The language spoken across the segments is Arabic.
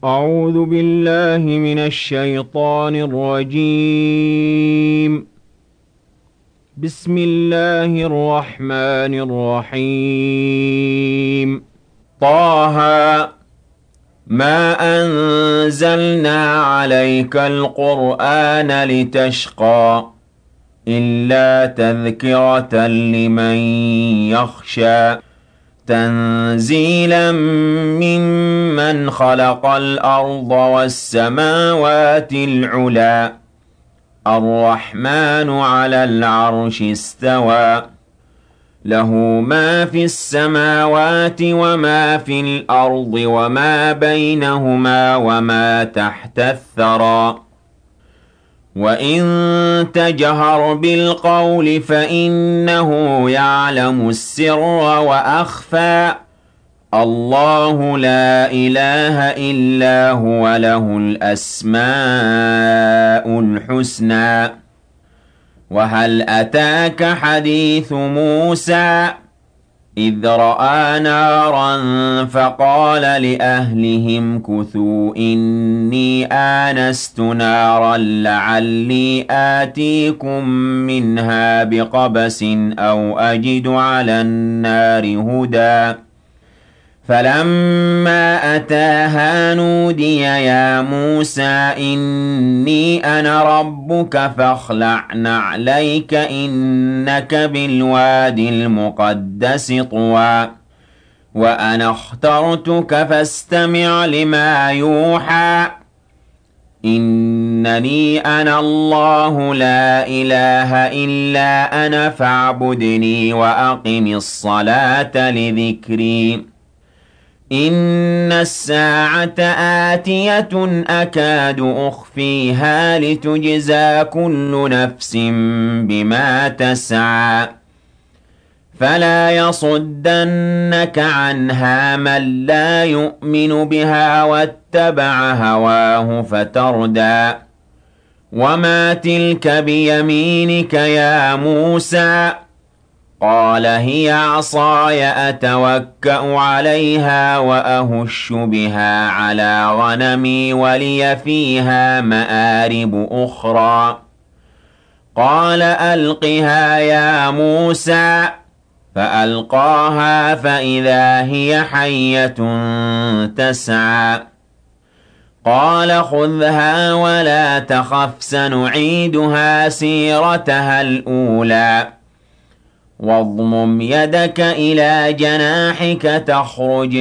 أعوذ بالله من الشيطان الرجيم. بسم الله الرحمن الرحيم. طه ما أنزلنا عليك القرآن لتشقى إلا تذكرة لمن يخشى تنزيلا ممن خلق الأرض والسماوات العلى الرحمن على العرش استوى له ما في السماوات وما في الأرض وما بينهما وما تحت الثرى وإن تجهر بالقول فإنه يعلم السر وأخفى الله لا إله إلا هو له الأسماء الحسنى وهل أتاك حديث موسى إذ رأى نارا فقال لأهلهم كثوا إني آنست نارا لعلي آتيكم منها بقبس أو أجد على النار هدى فلما أتاها نودي يا موسى إني أنا ربك فاخلع نعليك إنك بالوادي المقدس طوى وأنا اخترتك فاستمع لما يوحى إنني أنا الله لا إله إلا أنا فاعبدني وأقم الصلاة لذكري إن الساعة آتية أكاد أخفيها لتجزى كل نفس بما تسعى فلا يصدنك عنها من لا يؤمن بها واتبع هواه فتردى وما تلك بيمينك يا موسى قال هي عصاي أتوكأ عليها وأهش بها على غنمي ولي فيها مآرب أخرى قال ألقها يا موسى فألقاها فإذا هي حية تسعى قال خذها ولا تخف سنعيدها سيرتها الأولى واضمم يدك إلى جناحك تخرج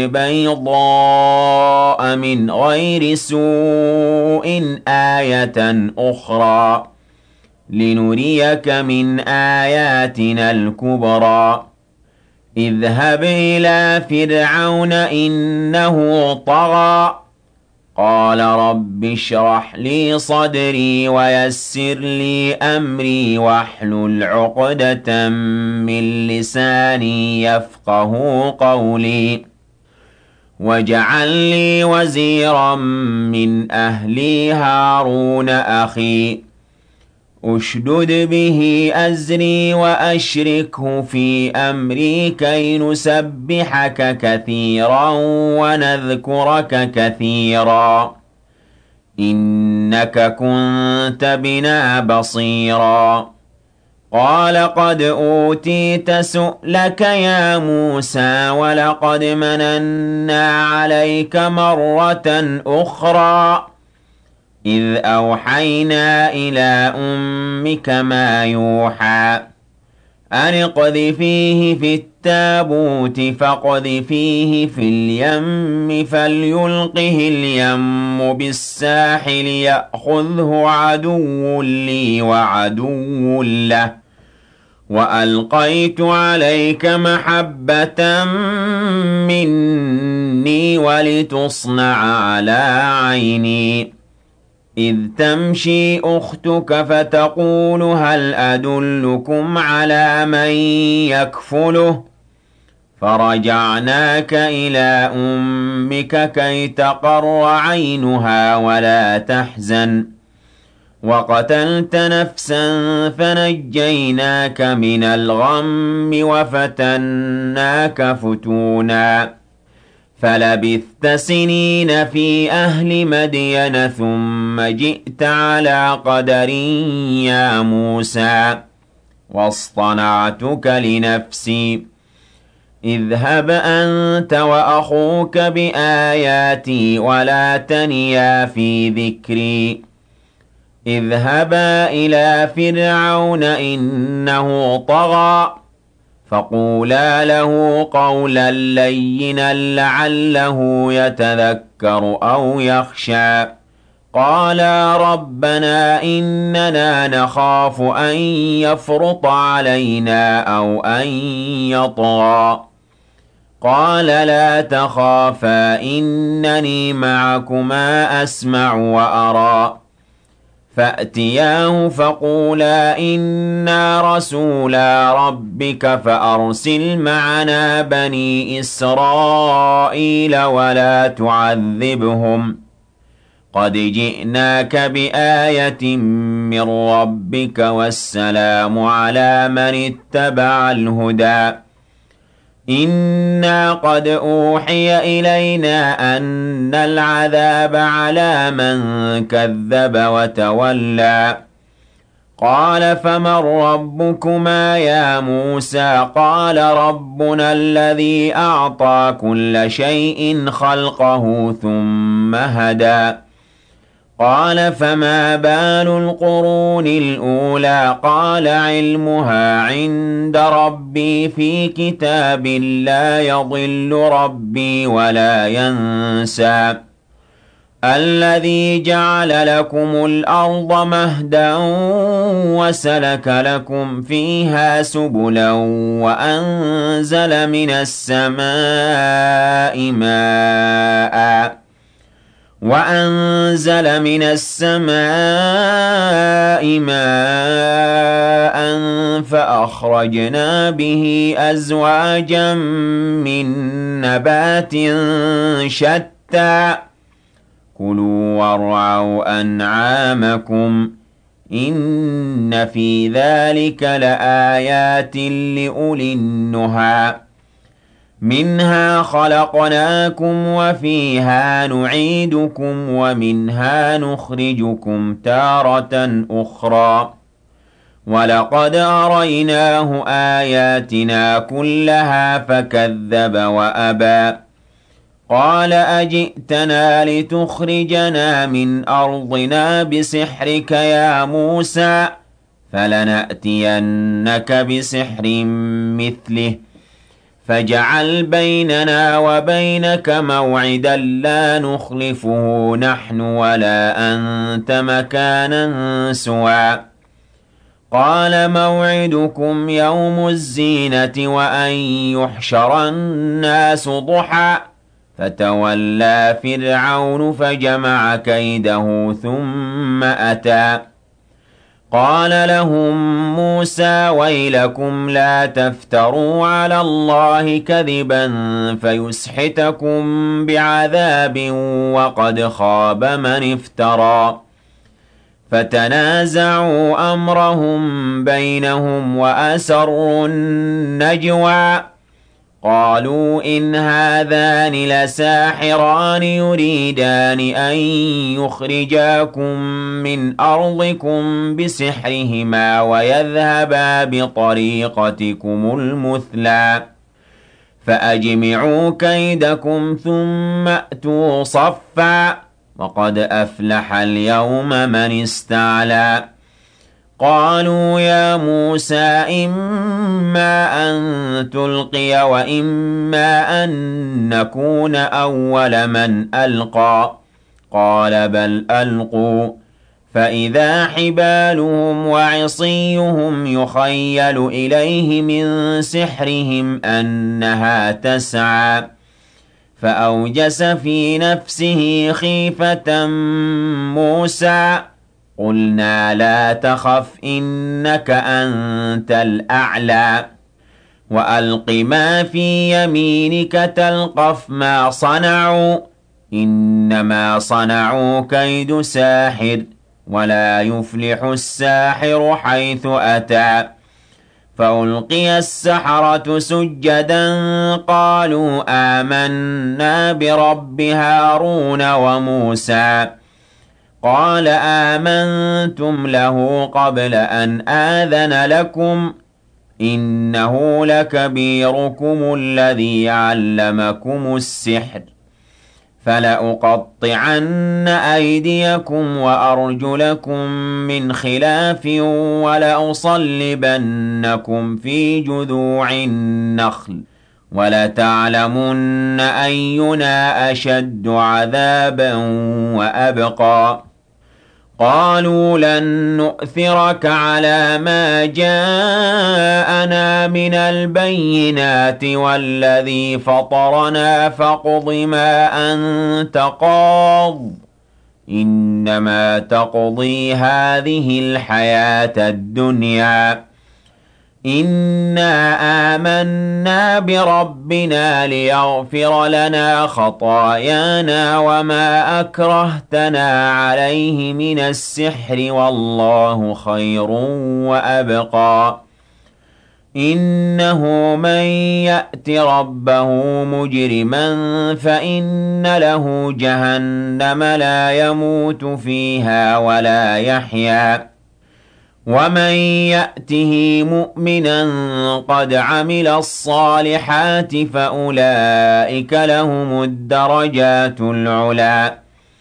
بيضاء من غير سوء آية أخرى لنريك من آياتنا الكبرى اذهب إلى فرعون إنه طغى قال رب اشرح لي صدري ويسر لي أمري واحلل عقدة من لساني يفقه قولي واجعل لي وزيرا من أهلي هارون أخي أشدد به أزري وأشركه في أمري كي نسبحك كثيرا ونذكرك كثيرا إنك كنت بنا بصيرا قال قد أوتيت سؤلك يا موسى ولقد مننا عليك مرة أخرى إذ أوحينا إلى أمك ما يوحى أن اقذفيه في التابوت فاقذفيه في اليم فليلقه اليم بالساحل يأخذه عدو لي وعدو له وألقيت عليك محبة مني ولتصنع على عيني إذ تمشي أختك فتقول هل أدلكم على من يكفله فرجعناك إلى أمك كي تقر عينها ولا تحزن وقتلت نفسا فنجيناك من الغم وفتناك فتونا فلبثت سنين في أهل مدين ثم جئت على قدر يا موسى واصطنعتك لنفسي اذهب أنت وأخوك بآياتي ولا تنيا في ذكري اذهبا إلى فرعون إنه طغى فقولا له قولا لينا لعله يتذكر أو يخشى قالا ربنا إننا نخاف أن يفرط علينا أو أن يطغى قال لا تخافا إنني معكما أسمع وأرى فأتياه فقولا إنا رسولا ربك فأرسل معنا بني إسرائيل ولا تعذبهم قد جئناك بآية من ربك والسلام على من اتبع الهدى إنا قد أوحي إلينا أن العذاب على من كذب وتولى قال فمن ربكما يا موسى قال ربنا الذي أعطى كل شيء خلقه ثم هدى قال فما بال القرون الأولى قال علمها عند ربي في كتاب لا يضل ربي ولا ينسى الذي جعل لكم الأرض مهدا وسلك لكم فيها سبلا وأنزل من السماء ماء فأخرجنا به أزواجا من نبات شتى كلوا وارعوا أنعامكم إن في ذلك لآيات لأولي النهى منها خلقناكم وفيها نعيدكم ومنها نخرجكم تارة أخرى ولقد أريناه آياتنا كلها فكذب وأبى قال أجئتنا لتخرجنا من أرضنا بسحرك يا موسى فلنأتينك بسحر مثله فاجعل بيننا وبينك موعدا لا نخلفه نحن ولا أنت مكانا سوى قال موعدكم يوم الزينة وأن يحشر الناس ضحى فتولى فرعون فجمع كيده ثم أتى قال لهم موسى ويلكم لا تفتروا على الله كذبا فيسحتكم بعذاب وقد خاب من افترى فتنازعوا أمرهم بينهم وأسروا النجوى قالوا إن هذان لساحران يريدان أن يخرجاكم من أرضكم بسحرهما ويذهبا بطريقتكم المثلى فأجمعوا كيدكم ثم أتوا صفا وقد أفلح اليوم من استعلى قالوا يا موسى إما أن تلقي وإما أن نكون أول من ألقى قال بل ألقوا فإذا حبالهم وعصيهم يخيل إليه من سحرهم أنها تسعى فأوجس في نفسه خيفة موسى قلنا لا تخف إنك أنت الأعلى وألق ما في يمينك تلقف ما صنعوا إنما صنعوا كيد ساحر ولا يفلح الساحر حيث أتى فألقي السحرة سجدا قالوا آمنا برب هارون وموسى قال آمنتم له قبل أن آذن لكم إنه لكبيركم الذي علمكم السحر فلأقطعن أيديكم وأرجلكم من خلاف ولأصلبنكم في جذوع النخل ولتعلمن أينا أشد عذابا وأبقى قالوا لن نؤثرك على ما جاءنا من البينات والذي فطرنا فاقض ما أنت قاض إنما تقضي هذه الحياة الدنيا إنا آمنا بربنا ليغفر لنا خطايانا وما أكرهتنا عليه من السحر والله خير وأبقى إنه من يأت ربه مجرما فإن له جهنم لا يموت فيها ولا يحيا ومن يأته مؤمنا قد عمل الصالحات فأولئك لهم الدرجات العلا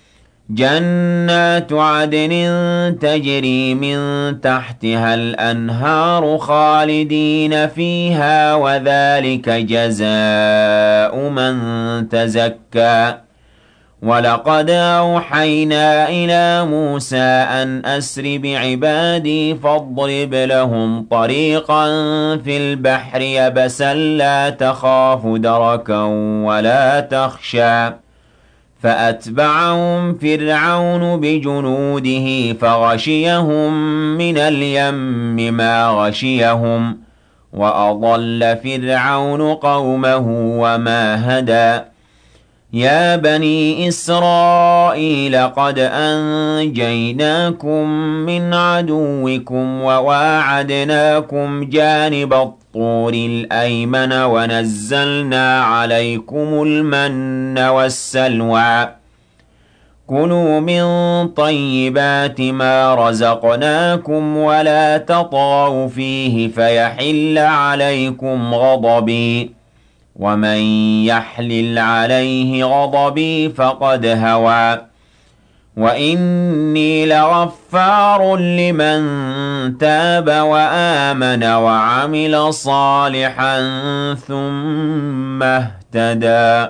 جنات عدن تجري من تحتها الأنهار خالدين فيها وذلك جزاء من تزكى ولقد أوحينا إلى موسى أن أسر بعبادي فاضرب لهم طريقا في البحر يبسا لا تخاف دركا ولا تخشى فأتبعهم فرعون بجنوده فغشيهم من اليم ما غشيهم وأضل فرعون قومه وما هدى يا بني إسرائيل قد أنجيناكم من عدوكم وواعدناكم جانب الطور الأيمن ونزلنا عليكم المن والسلوى كلوا من طيبات ما رزقناكم ولا تطغوا فيه فيحل عليكم غضبي ومن يحلل عليه غضبي فقد هوى وإني لغفار لمن تاب وآمن وعمل صالحا ثم اهتدى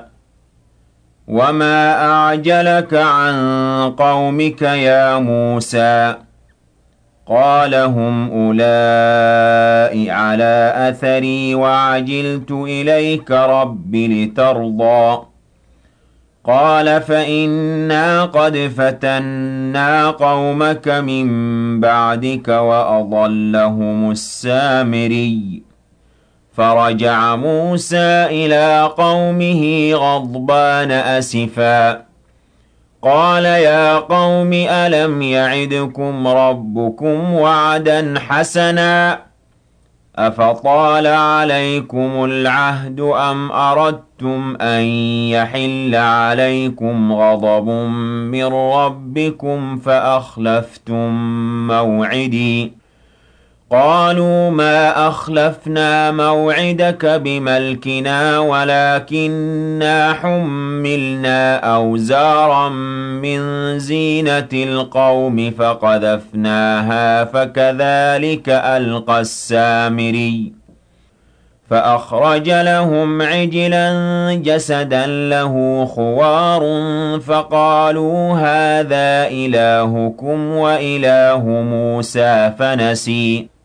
وما أعجلك عن قومك يا موسى قال هم أولئك على أثري وعجلت إليك رب لترضى قال فإنا قد فتنا قومك من بعدك وأضلهم السامري فرجع موسى إلى قومه غضبان أسفا قال يا قوم ألم يعدكم ربكم وعدا حسنا أفطال عليكم العهد أم أردتم أن يحل عليكم غضب من ربكم فأخلفتم موعدي قالوا ما أخلفنا موعدك بملكنا ولكننا حملنا أوزارا من زينة القوم فقذفناها فكذلك ألقى السامري فأخرج لهم عجلا جسدا له خوار فقالوا هذا إلهكم وإله موسى فنسي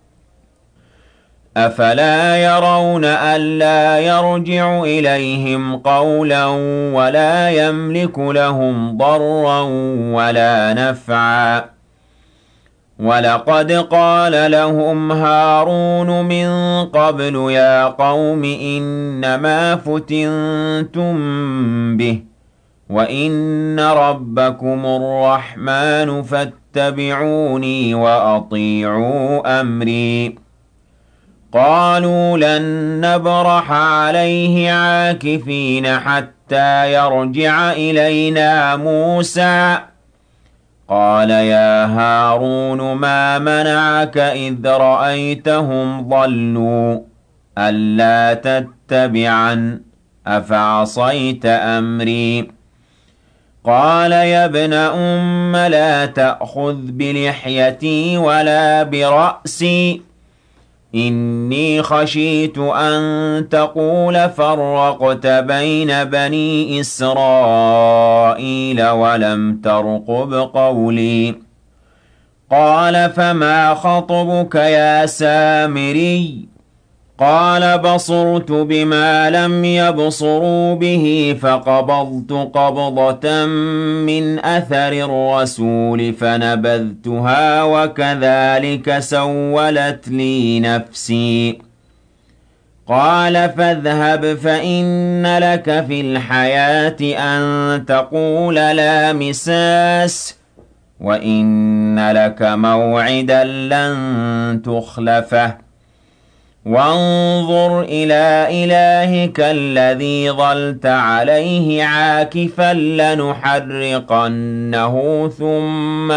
أفلا يرون ألا يرجع إليهم قولا ولا يملك لهم ضرا ولا نفعا ولقد قال لهم هارون من قبل يا قوم إنما فتنتم به وإن ربكم الرحمن فاتبعوني وأطيعوا أمري قالوا لن نبرح عليه عاكفين حتى يرجع إلينا موسى قال يا هارون ما منعك إذ رأيتهم ضلوا ألا تتبعن أفعصيت أمري قال يا ابن أم لا تأخذ بلحيتي ولا برأسي إني خشيت أن تقول فرقت بين بني إسرائيل ولم ترقب قولي قال فما خطبك يا سامري قال بصرت بما لم يبصروا به فقبضت قبضة من أثر الرسول فنبذتها وكذلك سولت لي نفسي قال فاذهب فإن لك في الحياة أن تقول لا مساس وإن لك موعدا لن تخلفه وانظر إلى إلهك الذي ظلت عليه عاكفا لنحرقنه ثم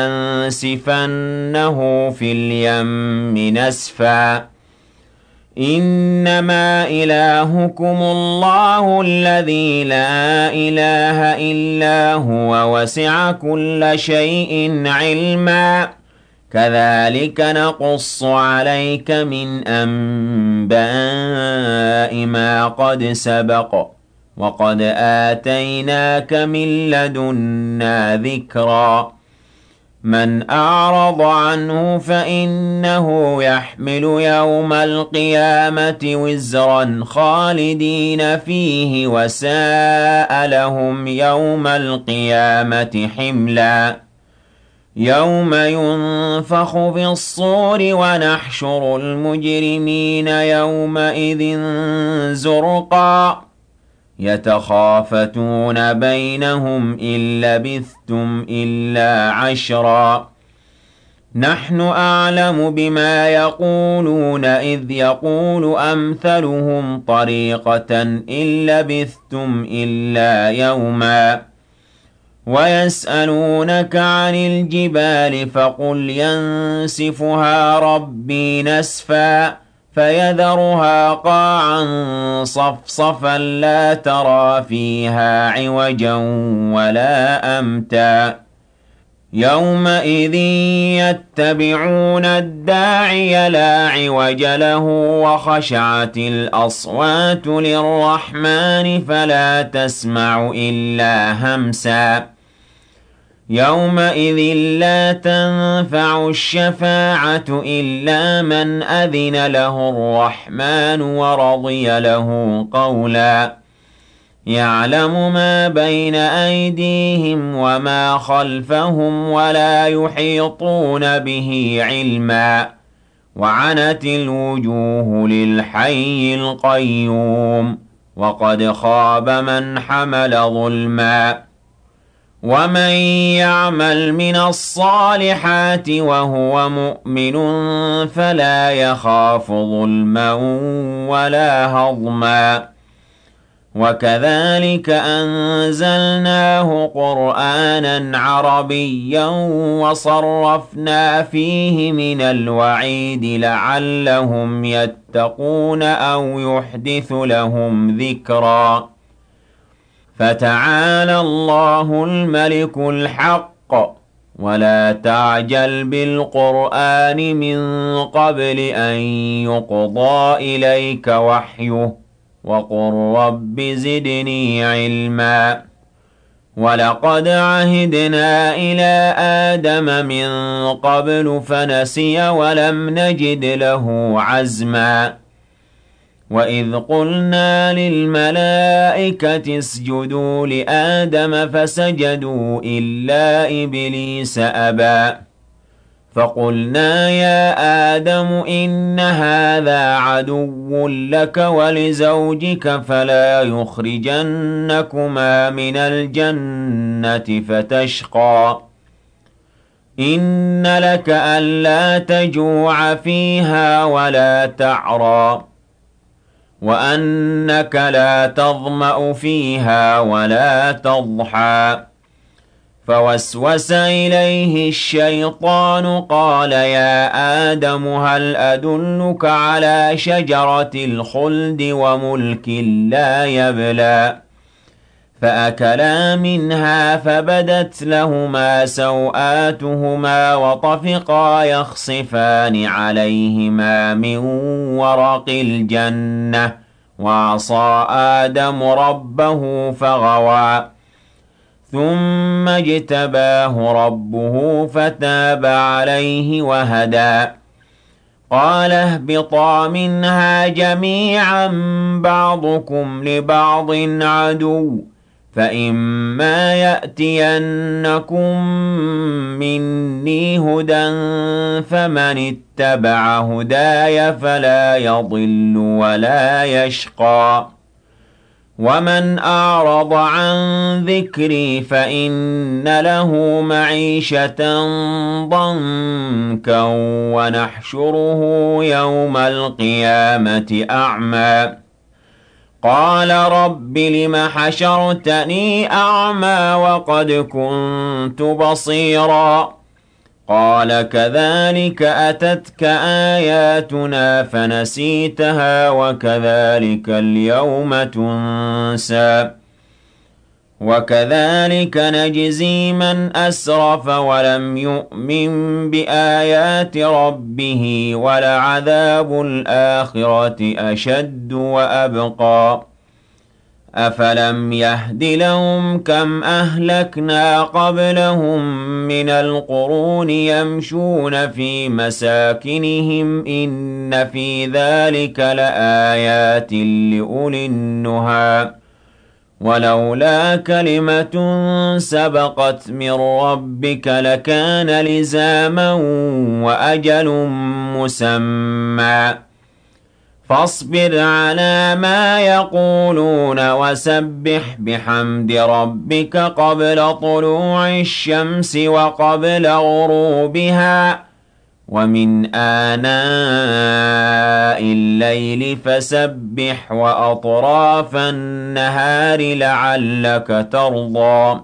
لننسفنه في اليم نسفا إنما إلهكم الله الذي لا إله إلا هو وسع كل شيء علما كذلك نقص عليك من أنباء ما قد سبق وقد آتيناك من لدنا ذكرا من أعرض عنه فإنه يحمل يوم القيامة وزرا خالدين فيه وساء لهم يوم القيامة حملا يوم ينفخ في الصور ونحشر المجرمين يومئذ زرقا يتخافتون بينهم إن لبثتم إلا عشرا نحن أعلم بما يقولون إذ يقول أمثلهم طريقة إن لبثتم إلا يوما ويسألونك عن الجبال فقل ينسفها ربي نسفا فيذرها قاعا صفصفا لا ترى فيها عوجا ولا أمتا يومئذ يتبعون الداعي لا عوج له وخشعت الأصوات للرحمن فلا تسمع إلا همسا يومئذ لا تنفع الشفاعة إلا من أذن له الرحمن ورضي له قولا يعلم ما بين أيديهم وما خلفهم ولا يحيطون به علما وعنت الوجوه للحي القيوم وقد خاب من حمل ظلما ومن يعمل من الصالحات وهو مؤمن فلا يخاف ظلما ولا هضما وكذلك أنزلناه قرآنا عربيا وصرفنا فيه من الوعيد لعلهم يتقون أو يحدث لهم ذكرا فتعالى الله الملك الحق ولا تعجل بالقرآن من قبل أن يقضى إليك وحيه وقل رب زدني علما ولقد عهدنا إلى آدم من قبل فنسي ولم نجد له عزما وإذ قلنا للملائكة اسجدوا لآدم فسجدوا إلا إبليس أبى فقلنا يا آدم إن هذا عدو لك ولزوجك فلا يخرجنكما من الجنة فتشقى إن لك ألا تجوع فيها ولا تعرى وأنك لا تظمأ فيها ولا تضحى فوسوس إليه الشيطان قال يا آدم هل أدلك على شجرة الخلد وملك لا يبلى فأكلا منها فبدت لهما سوآتهما وطفقا يخصفان عليهما من ورق الجنة وعصى آدم ربه فغوى ثم اجتباه ربه فتاب عليه وهدى قال اهبطا منها جميعا بعضكم لبعض عدو فإما يأتينكم مني هدى فمن اتبع هداي فلا يضل ولا يشقى ومن أعرض عن ذكري فإن له معيشة ضنكا ونحشره يوم القيامة أعمى قال رب لم حشرتني أعمى وقد كنت بصيرا قال كذلك أتتك آياتنا فنسيتها وكذلك اليوم تنسى وكذلك نجزي من أسرف ولم يؤمن بآيات ربه ولعذاب الآخرة أشد وأبقى أفلم يهد لهم كم أهلكنا قبلهم من القرون يمشون في مساكنهم إن في ذلك لآيات لأولي النهى ولولا كلمة سبقت من ربك لكان لزاما وأجل مسمى فاصبر على ما يقولون وسبح بحمد ربك قبل طلوع الشمس وقبل غروبها ومن آناء الليل فسبح وأطراف النهار لعلك ترضى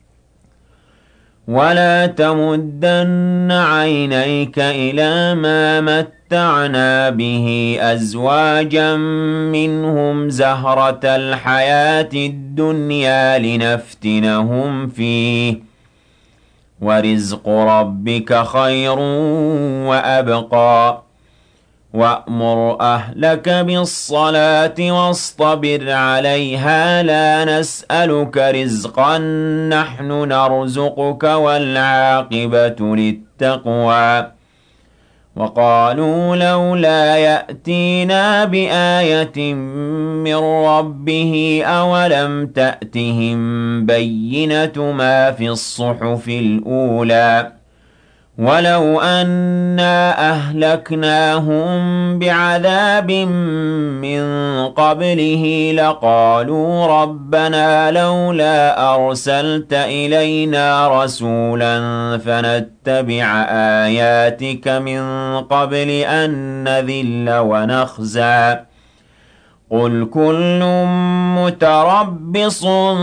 ولا تمدن عينيك إلى ما متعنا به أزواجا منهم زهرة الحياة الدنيا لنفتنهم فيه ورزق ربك خير وأبقى وأمر أهلك بالصلاة واصطبر عليها لا نسألك رزقا نحن نرزقك والعاقبة للتقوى وقالوا لولا يأتينا بآية من ربه أولم تأتهم بينة ما في الصحف الأولى ولو أنا أهلكناهم بعذاب من قبله لقالوا ربنا لولا أرسلت إلينا رسولا فنتبع آياتك من قبل أن نذل ونخزى قل كل متربص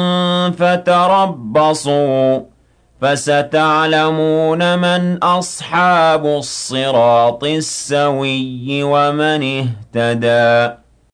فتربصوا فستعلمون من أصحاب الصراط السوي ومن اهتدى